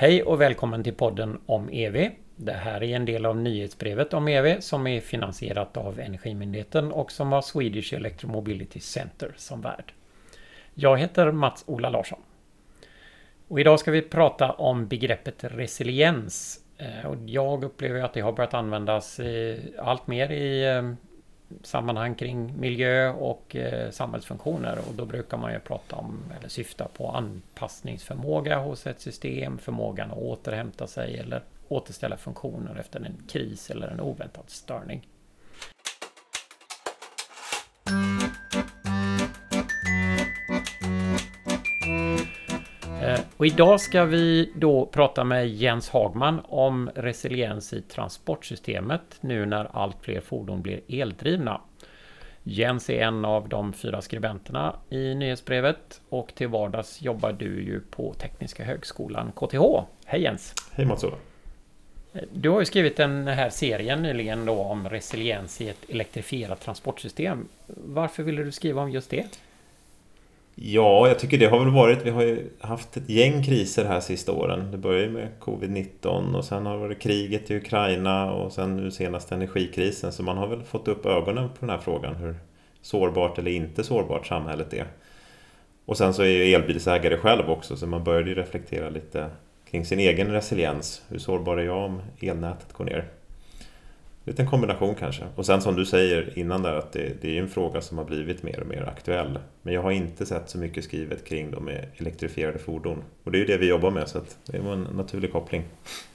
Hej och välkommen till podden om EV. Det här är en del av nyhetsbrevet om EV som är finansierat av Energimyndigheten och som har Swedish Electromobility Center som värd. Jag heter Mats-Ola Larsson. Och idag ska vi prata om begreppet resiliens. Och jag upplever att det har börjat användas allt mer i sammanhang kring miljö och samhällsfunktioner, och då brukar man ju prata om eller syfta på anpassningsförmåga hos ett system, förmågan att återhämta sig eller återställa funktioner efter en kris eller en oväntad störning. Och idag ska vi då prata med Jens Hagman om resiliens i transportsystemet nu när allt fler fordon blir eldrivna. Jens är en av de 4 skribenterna i nyhetsbrevet och till vardags jobbar du ju på Tekniska högskolan KTH. Hej Jens! Hej Mats-Ola! Du har ju skrivit den här serien nyligen då om resiliens i ett elektrifierat transportsystem. Varför ville du skriva om just det? Ja, jag tycker det har väl varit, vi har ju haft ett gäng kriser här sista åren. Det började med covid-19 och sen har det varit kriget i Ukraina och sen nu senast energikrisen. Så man har väl fått upp ögonen på den här frågan, hur sårbart eller inte sårbart samhället är. Och sen så är ju elbilsägare själv också, så man började ju reflektera lite kring sin egen resiliens. Hur sårbar är jag om elnätet går ner? Lite en kombination kanske. Och sen som du säger innan där, att det är en fråga som har blivit mer och mer aktuell. Men jag har inte sett så mycket skrivet kring de med elektrifierade fordon. Och det är ju det vi jobbar med, så att det var en naturlig koppling.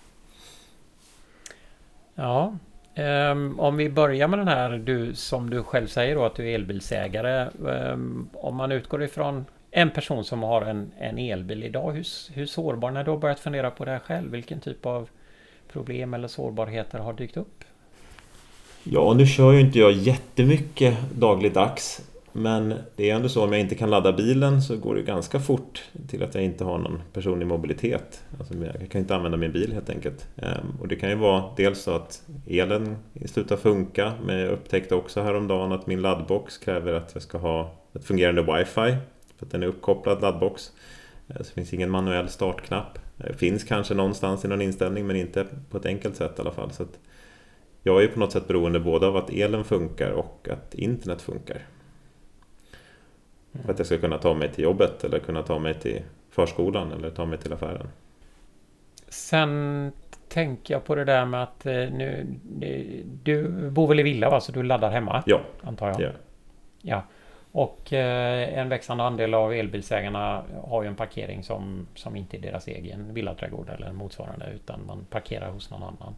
Ja, om vi börjar med den här, som du själv säger då, att du är elbilsägare. Om man utgår ifrån en person som har en elbil idag, hur sårbar, när du har börjat fundera på det här själv, vilken typ av problem eller sårbarheter har dykt upp? Ja, nu kör ju inte jag jättemycket dagligdags. Men det är ändå så, om jag inte kan ladda bilen så går det ganska fort till att jag inte har någon personlig mobilitet. Alltså jag kan inte använda min bil helt enkelt. Och det kan ju vara dels så att elen slutar funka. Men jag upptäckte också häromdagen att min laddbox kräver att jag ska ha ett fungerande wifi. För att den är uppkopplad laddbox. Så det finns ingen manuell startknapp. Det finns kanske någonstans i någon inställning, men inte på ett enkelt sätt i alla fall. Så att jag är på något sätt beroende både av att elen funkar och att internet funkar. För att jag ska kunna ta mig till jobbet eller kunna ta mig till förskolan eller ta mig till affären. Sen tänker jag på det där med att du bor väl i villa, va? Så du laddar hemma? Ja, antar jag. ja. Ja. Och en växande andel av elbilsägarna har ju en parkering som inte är deras egen villaträdgård eller motsvarande, utan man parkerar hos någon annan.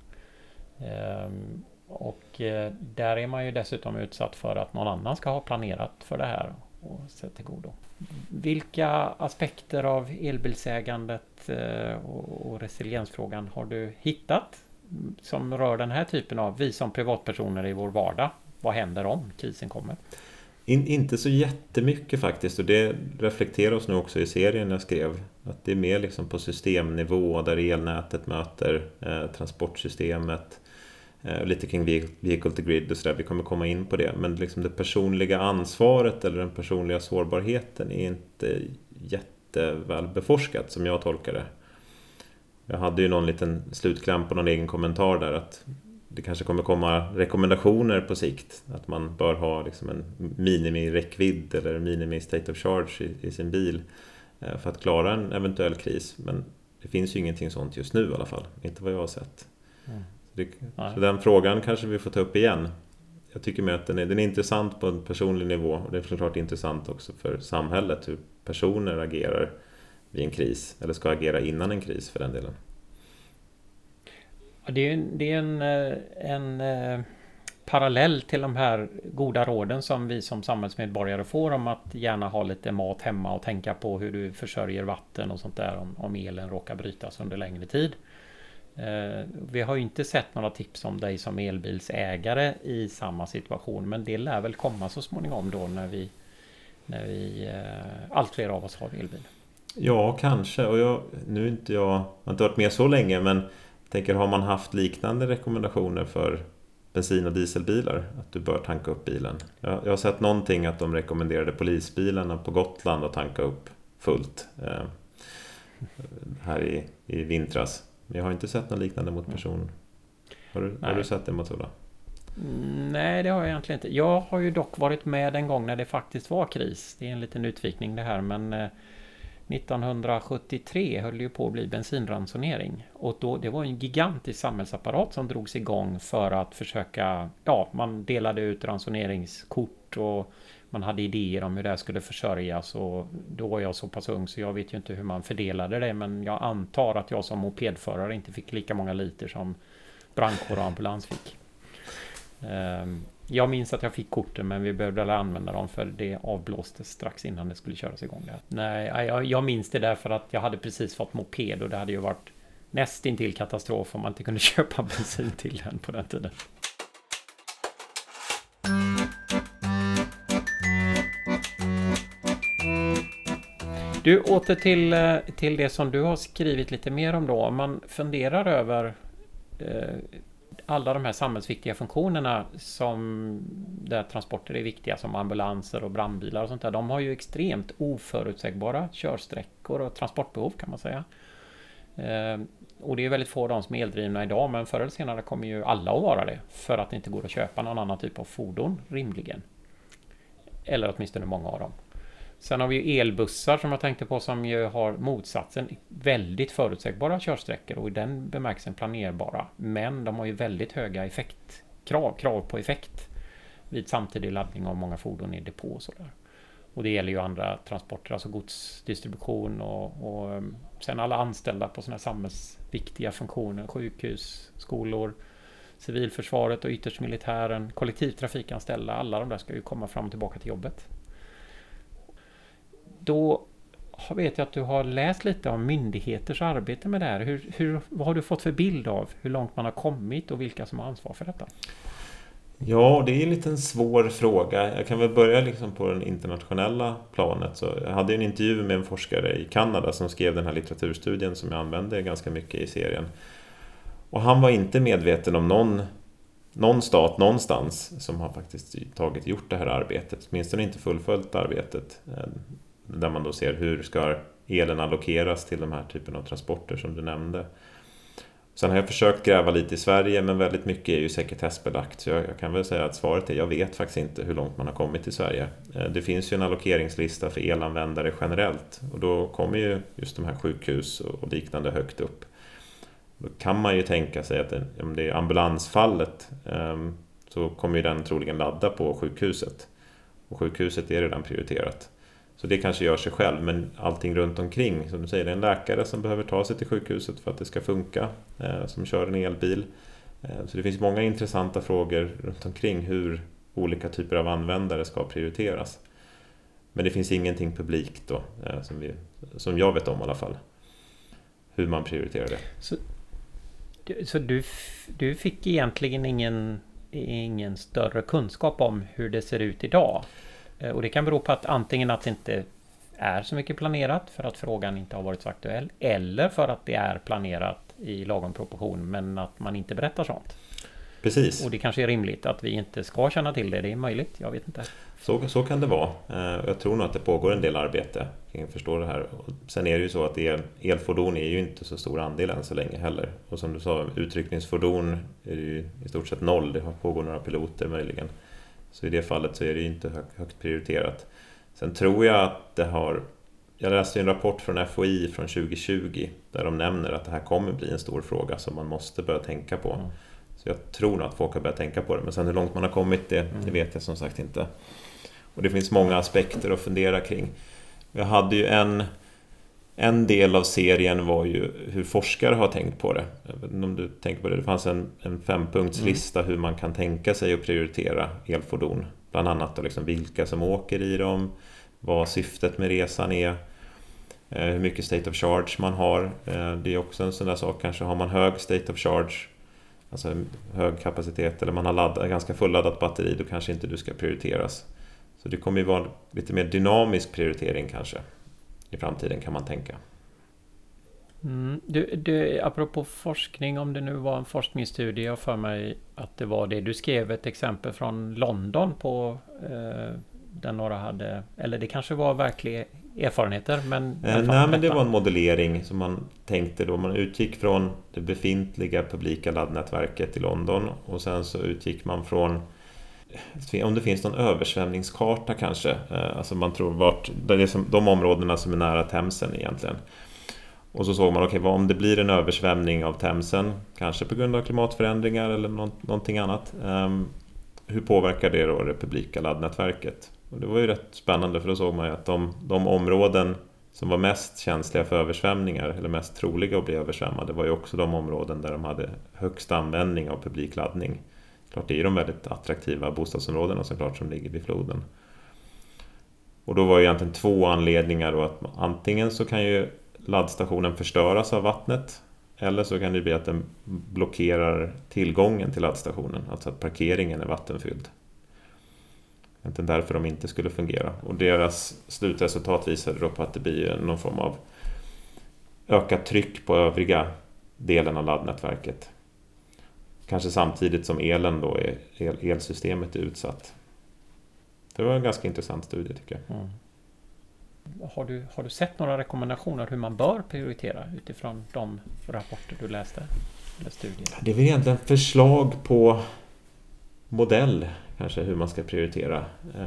Och där är man ju dessutom utsatt för att någon annan ska ha planerat för det här och sett till godo. Vilka aspekter av elbilsägandet och resiliensfrågan har du hittat som rör den här typen av vi som privatpersoner i vår vardag? Vad händer om krisen kommer? Inte så jättemycket faktiskt, och det reflekterar oss nu också i serien jag skrev. Att det är mer liksom på systemnivå där elnätet möter transportsystemet. Lite kring vehicle to grid och sådär, vi kommer komma in på det. Men liksom det personliga ansvaret eller den personliga sårbarheten är inte jätteväl beforskat som jag tolkar det. Jag hade ju någon liten slutkläm på någon egen kommentar där, att det kanske kommer komma rekommendationer på sikt. Att man bör ha liksom en minimi-räckvidd eller minimi-state of charge i sin bil för att klara en eventuell kris. Men det finns ju ingenting sånt just nu i alla fall. Inte vad jag har sett. Så den frågan kanske vi får ta upp igen. Jag tycker med att den är intressant på en personlig nivå. Och det är såklart intressant också för samhället. Hur personer agerar vid en kris. Eller ska agera innan en kris för den delen. Det är en parallell till de här goda råden som vi som samhällsmedborgare får om att gärna ha lite mat hemma och tänka på hur du försörjer vatten och sånt där om elen råkar brytas under längre tid. Vi har ju inte sett några tips om dig som elbilsägare i samma situation, men det lär väl komma så småningom då när vi allt fler av oss har elbil. Ja, kanske. Och jag har inte varit med så länge, men tänker, har man haft liknande rekommendationer för bensin- och dieselbilar, att du bör tanka upp bilen? Jag har sett någonting att de rekommenderade polisbilarna på Gotland att tanka upp fullt. här i vintras. Men jag har inte sett något liknande mot person. Har du sett det, Mats-Ola? Nej, det har jag egentligen inte. Jag har ju dock varit med en gång när det faktiskt var kris. Det är en liten utvikning det här, men 1973 höll det ju på att bli bensinransonering. Och då, det var en gigantisk samhällsapparat som drogs igång för att försöka, man delade ut ransoneringskort och man hade idéer om hur det här skulle försörjas, och då var jag så pass ung så jag vet ju inte hur man fördelade det, men jag antar att jag som mopedförare inte fick lika många liter som brandkår och ambulans fick. Jag minns att jag fick korten, men vi behövde använda dem för det avblåstes strax innan det skulle köras igång där. Nej, jag minns det därför att jag hade precis fått moped och det hade ju varit nästintill katastrof om man inte kunde köpa bensin till den på den tiden. Du, åter till det som du har skrivit lite mer om då. Om man funderar över alla de här samhällsviktiga funktionerna som där transporter är viktiga, som ambulanser och brandbilar och sånt där. De har ju extremt oförutsägbara körsträckor och transportbehov, kan man säga. Och det är väldigt få av dem som är eldrivna idag, men förr eller senare kommer ju alla att vara det, för att det inte går att köpa någon annan typ av fordon rimligen. Eller åtminstone många av dem. Sen har vi ju elbussar som jag tänkte på, som ju har motsatsen, väldigt förutsägbara körsträckor och i den bemärkelsen planerbara. Men de har ju väldigt höga krav på effekt vid samtidig laddning av många fordon i depå och sådär. Och det gäller ju andra transporter, alltså godsdistribution och sen alla anställda på sådana här samhällsviktiga funktioner, sjukhus, skolor, civilförsvaret och ytterst militären, kollektivtrafikanställda, alla de där ska ju komma fram och tillbaka till jobbet. Då vet jag att du har läst lite om myndigheters arbete med det här. Vad har du fått för bild av hur långt man har kommit och vilka som har ansvar för detta? Ja, det är en liten svår fråga. Jag kan väl börja liksom på den internationella planet. Så jag hade en intervju med en forskare i Kanada som skrev den här litteraturstudien som jag använde ganska mycket i serien. Och han var inte medveten om någon stat någonstans som har faktiskt gjort det här arbetet. Åtminstone inte fullföljt arbetet. Där man då ser hur ska elen allokeras till de här typen av transporter som du nämnde. Sen har jag försökt gräva lite i Sverige, men väldigt mycket är ju sekretessbelagt. Så jag kan väl säga att svaret är jag vet faktiskt inte hur långt man har kommit i Sverige. Det finns ju en allokeringslista för elanvändare generellt. Och då kommer ju just de här sjukhus och liknande högt upp. Då kan man ju tänka sig att om det är ambulansfallet så kommer ju den troligen ladda på sjukhuset. Och sjukhuset är redan prioriterat. Så det kanske gör sig själv, men allting runt omkring, som du säger, det är en läkare som behöver ta sig till sjukhuset för att det ska funka, som kör en elbil. Så det finns många intressanta frågor runt omkring hur olika typer av användare ska prioriteras. Men det finns ingenting publikt då, som jag vet om i alla fall, hur man prioriterar det. Så du fick egentligen ingen större kunskap om hur det ser ut idag? Och det kan bero på att antingen att det inte är så mycket planerat för att frågan inte har varit så aktuell, eller för att det är planerat i lagom proportion men att man inte berättar sånt. Precis. Och det kanske är rimligt att vi inte ska känna till det, det är möjligt, jag vet inte. Så kan det vara. Jag tror nog att det pågår en del arbete kring att förstå det här. Och sen är det ju så att elfordon är ju inte så stor andel än så länge heller. Och som du sa, utryckningsfordon är det ju i stort sett noll, det har pågått några piloter möjligen. Så i det fallet så är det ju inte högt prioriterat. Sen tror jag att jag läste en rapport från FOI från 2020 där de nämner att det här kommer bli en stor fråga som man måste börja tänka på. Så jag tror nog att folk har börjat tänka på det. Men sen hur långt man har kommit, det vet jag som sagt inte. Och det finns många aspekter att fundera kring. Jag hade ju en del av serien var ju hur forskare har tänkt på det. Om du tänker på det, det fanns en 5-punktslista hur man kan tänka sig att prioritera elfordon. Bland annat då liksom vilka som åker i dem, vad syftet med resan är, hur mycket state of charge man har. Det är också en sån där sak, kanske har man hög state of charge, alltså hög kapacitet, eller man har ganska fulladdat batteri, då kanske inte du ska prioriteras. Så det kommer ju vara lite mer dynamisk prioritering kanske i framtiden, kan man tänka. Du, apropå forskning, om det nu var en forskningsstudie, jag för mig att det var det. Du skrev ett exempel från London på där några hade, eller det kanske var verklig erfarenheter. Men Nej, men det var en modellering som man tänkte då. Man utgick från det befintliga publika laddnätverket i London och sen så utgick man från om det finns någon översvämningskarta kanske. Alltså man tror vart det är de områdena som är nära Themsen egentligen. Och så såg man, okej, om det blir en översvämning av Themsen, kanske på grund av klimatförändringar eller någonting annat, hur påverkar det då det publika laddnätverket? Och det var ju rätt spännande, för då såg man ju att de områden som var mest känsliga för översvämningar eller mest troliga att bli översvämmade var ju också de områden där de hade högst användning av publik laddning. Klart det är de väldigt attraktiva bostadsområdena såklart som ligger vid floden. Och då var ju egentligen två anledningar då, att antingen så kan ju laddstationen förstöras av vattnet, eller så kan det bli att den blockerar tillgången till laddstationen, alltså att parkeringen är vattenfylld. Egentligen därför de inte skulle fungera. Och deras slutresultat visade då på att det blir någon form av ökat tryck på övriga delen av laddnätverket. Kanske samtidigt som elen då elsystemet är utsatt. Det var en ganska intressant studie tycker jag. Mm. Har du sett några rekommendationer hur man bör prioritera utifrån de rapporter du läste eller studier? Det är väl egentligen förslag på modell kanske hur man ska prioritera.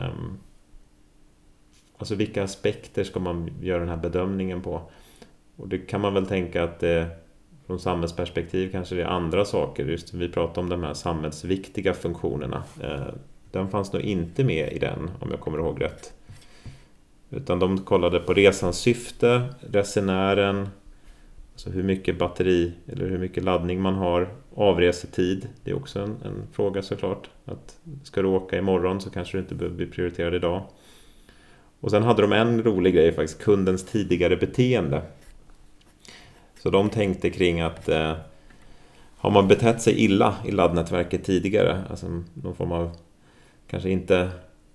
Alltså vilka aspekter ska man göra den här bedömningen på? Och det kan man väl tänka att från samhällsperspektiv kanske det är andra saker. Just vi pratar om de här samhällsviktiga funktionerna. Den fanns nog inte med i den om jag kommer ihåg rätt. Utan de kollade på resans syfte, resenären, alltså hur mycket batteri eller hur mycket laddning man har, avresetid. Det är också en fråga såklart. Att ska du åka imorgon så kanske du inte behöver bli prioriterad idag. Och sen hade de en rolig grej faktiskt, kundens tidigare beteende. Så de tänkte kring att har man betett sig illa i laddnätverket tidigare, alltså någon form av kanske inte...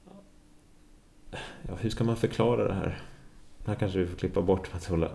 Ja, hur ska man förklara det här? Det här kanske vi får klippa bort för att hålla...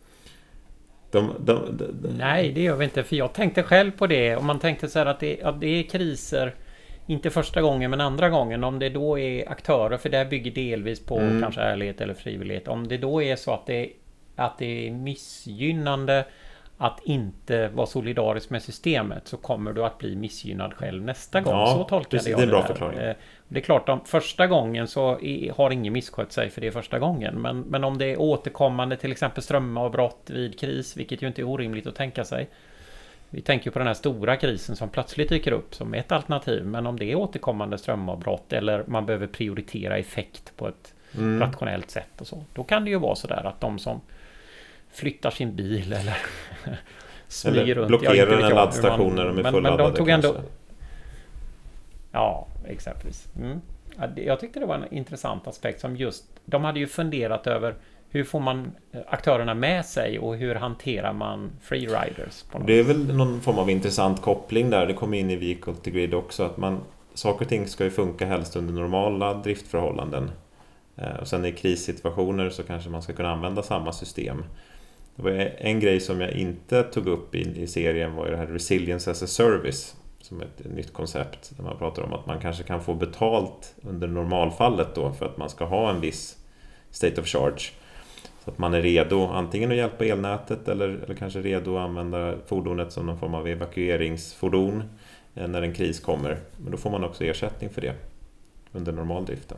Nej, det gör vi inte. För jag tänkte själv på det. Om man tänkte så här att det är kriser, inte första gången men andra gången. Om det då är aktörer, för det bygger delvis på kanske ärlighet eller frivillighet. Om det då är så att det är missgynnande att inte vara solidarisk med systemet, så kommer du att bli missgynnad själv nästa gång. Ja, så tolkade jag det. Det är en bra där. förklaring. Det är klart, första gången så har ingen misskött sig för det är första gången. Men om det är återkommande, till exempel strömavbrott vid kris, vilket ju inte är orimligt att tänka sig. Vi tänker på den här stora krisen som plötsligt dyker upp som ett alternativ. Men om det är återkommande strömavbrott eller man behöver prioritera effekt på ett rationellt sätt och så, då kan det ju vara så där att de som flyttar sin bil eller smyger runt, blockerar en laddstation när de är fulladdade. Men de tog ändå... Ja, exempelvis. Jag tyckte det var en intressant aspekt som just... De hade ju funderat över hur får man aktörerna med sig och hur hanterar man freeriders på något. Det är väl någon form av intressant koppling där. Det kommer in i Vehicle to Grid också, att saker och ting ska ju funka helst under normala driftförhållanden. Och sen i krissituationer så kanske man ska kunna använda samma system. Det var en grej som jag inte tog upp i serien, var ju det här Resilience as a Service, som är ett nytt koncept där man pratar om att man kanske kan få betalt under normalfallet då för att man ska ha en viss state of charge. Så att man är redo antingen att hjälpa elnätet eller kanske redo att använda fordonet som någon form av evakueringsfordon när en kris kommer. Men då får man också ersättning för det under normaldriften.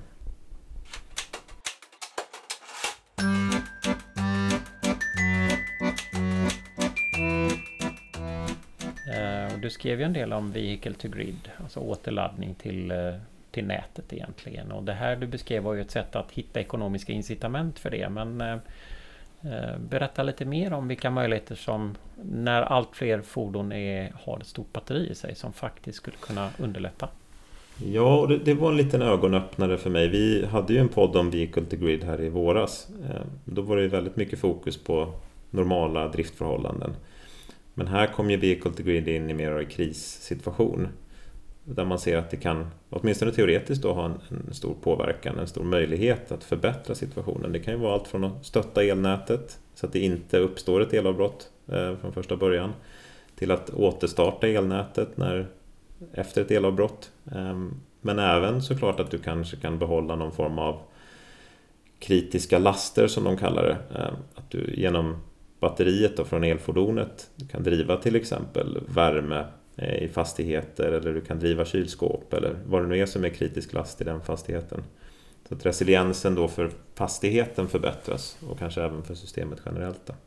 Du skrev ju en del om Vehicle to Grid, alltså återladdning till nätet egentligen. Och det här du beskrev var ju ett sätt att hitta ekonomiska incitament för det. Men berätta lite mer om vilka möjligheter som, när allt fler fordon har ett stort batteri i sig, som faktiskt skulle kunna underlätta. Ja, det var en liten ögonöppnare för mig. Vi hade ju en podd om Vehicle to Grid här i våras. Då var det väldigt mycket fokus på normala driftförhållanden. Men här kom ju Vehicle to Grid in i mer av en krissituation. Där man ser att det kan, åtminstone teoretiskt då, ha en stor påverkan, en stor möjlighet att förbättra situationen. Det kan ju vara allt från att stötta elnätet så att det inte uppstår ett elavbrott från första början, till att återstarta elnätet efter ett elavbrott. Men även såklart att du kanske kan behålla någon form av kritiska laster som de kallar det. Att du genom batteriet då från elfordonet kan driva till exempel värme i fastigheter, eller du kan driva kylskåp eller vad det nu är som är kritisk last i den fastigheten. Så att resiliensen då för fastigheten förbättras och kanske även för systemet generellt då.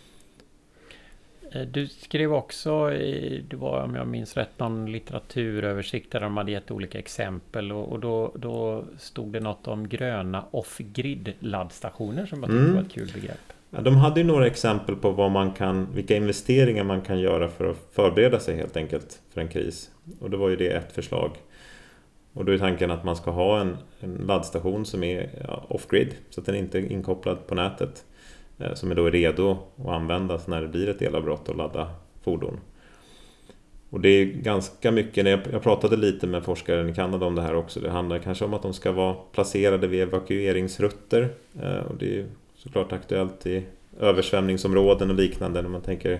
Du skrev också, det var om jag minns rätt, någon litteraturöversikt där de hade gett olika exempel och då stod det något om gröna off-grid laddstationer som jag tyckte var ett kul begrepp. Ja, de hade ju några exempel på vilka investeringar man kan göra för att förbereda sig helt enkelt för en kris. Och då var ju det ett förslag. Och då är tanken att man ska ha en laddstation som är off-grid, så att den inte är inkopplad på nätet. Som är då redo att användas när det blir ett elavbrott och ladda fordon. Och det är ganska mycket, jag pratade lite med forskare i Kanada om det här också. Det handlar kanske om att de ska vara placerade vid evakueringsrutter. Och det är såklart aktuellt i översvämningsområden och liknande. När man tänker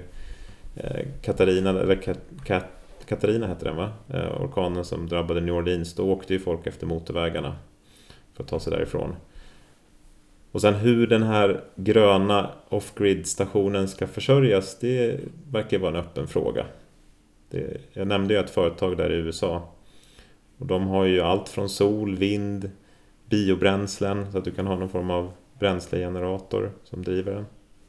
Katarina heter den va? Orkanen som drabbade New Orleans. Då åkte ju folk efter motorvägarna för att ta sig därifrån. Och sen hur den här gröna off-grid-stationen ska försörjas, det verkar vara en öppen fråga. Jag nämnde ju ett företag där i USA. Och de har ju allt från sol, vind, biobränslen, så att du kan ha någon form av bränslegenerator som driver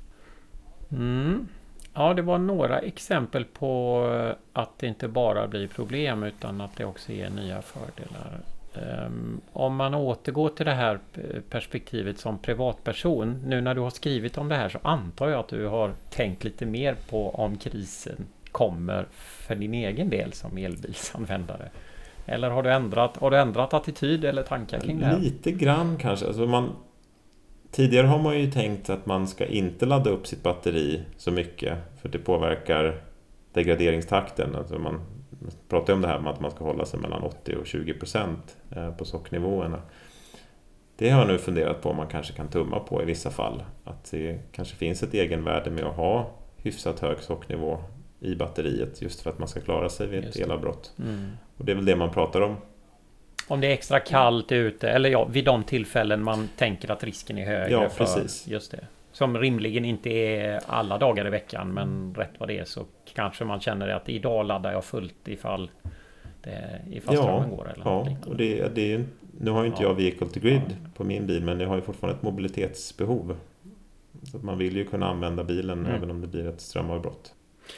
den. Ja, det var några exempel på att det inte bara blir problem utan att det också ger nya fördelar. Om man återgår till det här perspektivet som privatperson, nu när du har skrivit om det här så antar jag att du har tänkt lite mer på om krisen kommer för din egen del som elbilsanvändare. Eller har du ändrat attityd eller tankar kring det här? Lite grann kanske. Alltså tidigare har man ju tänkt att man ska inte ladda upp sitt batteri så mycket för det påverkar degraderingstakten. Alltså man pratar om det här med att man ska hålla sig mellan 80 och 20% på socknivåerna. Det har jag nu funderat på om man kanske kan tumma på i vissa fall. Att det kanske finns ett egenvärde med att ha hyfsat hög socknivå i batteriet just för att man ska klara sig vid ett elavbrott. Och det är väl det man pratar om. Om det är extra kallt ute eller vid de tillfällen man tänker att risken är högre. Ja, precis. Just det. Som rimligen inte är alla dagar i veckan, men rätt vad det är så kanske man känner att idag laddar jag fullt ifall strömmen går. Eller och det är ju, nu har ju inte jag vehicle to grid på min bil, men jag har ju fortfarande ett mobilitetsbehov. Så att man vill ju kunna använda bilen även om det blir ett strömavbrott.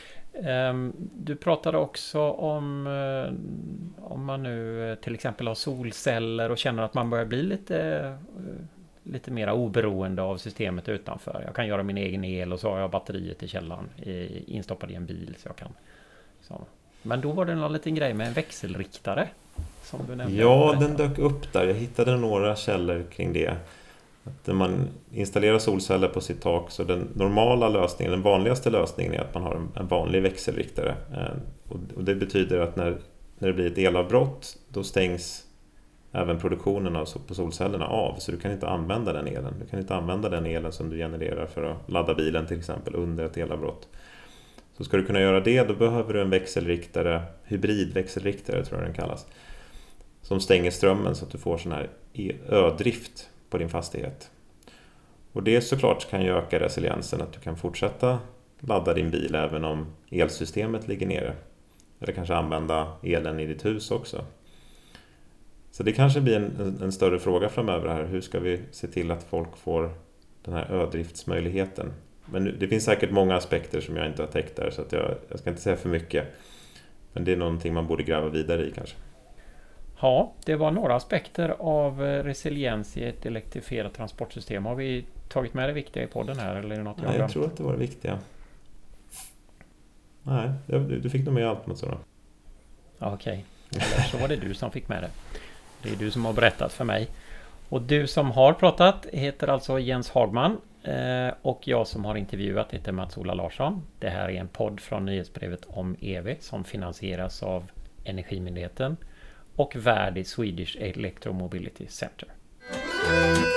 Du pratade också om man nu till exempel har solceller och känner att man börjar bli lite mer oberoende av systemet utanför. Jag kan göra min egen el och så har jag batteriet i källaren instoppad i en bil så jag kan. Så. Men då var det någon liten grej med en växelriktare som du nämnde. Ja, den dök upp där. Jag hittade några källor kring det. Att när man installerar solceller på sitt tak så den normala lösningen, den vanligaste lösningen är att man har en vanlig växelriktare. Och det betyder att när det blir ett elavbrott då stängs även produktionen på solcellerna av. Så du kan inte använda den elen. Du kan inte använda den elen som du genererar för att ladda bilen till exempel under ett elavbrott. Så ska du kunna göra det då behöver du en växelriktare, hybridväxelriktare tror jag den kallas. Som stänger strömmen så att du får sån här ödrift på din fastighet. Och det såklart kan ju öka resiliensen att du kan fortsätta ladda din bil även om elsystemet ligger nere. Eller kanske använda elen i ditt hus också. Så det kanske blir en större fråga framöver här. Hur ska vi se till att folk får den här ödriftsmöjligheten? Men det finns säkert många aspekter som jag inte har täckt där så att jag ska inte säga för mycket. Men det är någonting man borde gräva vidare i kanske. Ja, det var några aspekter av resiliens i ett elektrifierat transportsystem. Har vi tagit med det viktiga i podden här? Eller är det något Nej, jag tror att det var det viktiga. Nej, du fick nog med allt med sådana. Okej, eller så var det du som fick med det. Det är du som har berättat för mig. Och du som har pratat heter alltså Jens Hagman. Och jag som har intervjuat heter Mats-Ola Larsson. Det här är en podd från nyhetsbrevet om EV som finansieras av Energimyndigheten och värd i Swedish Electromobility Center.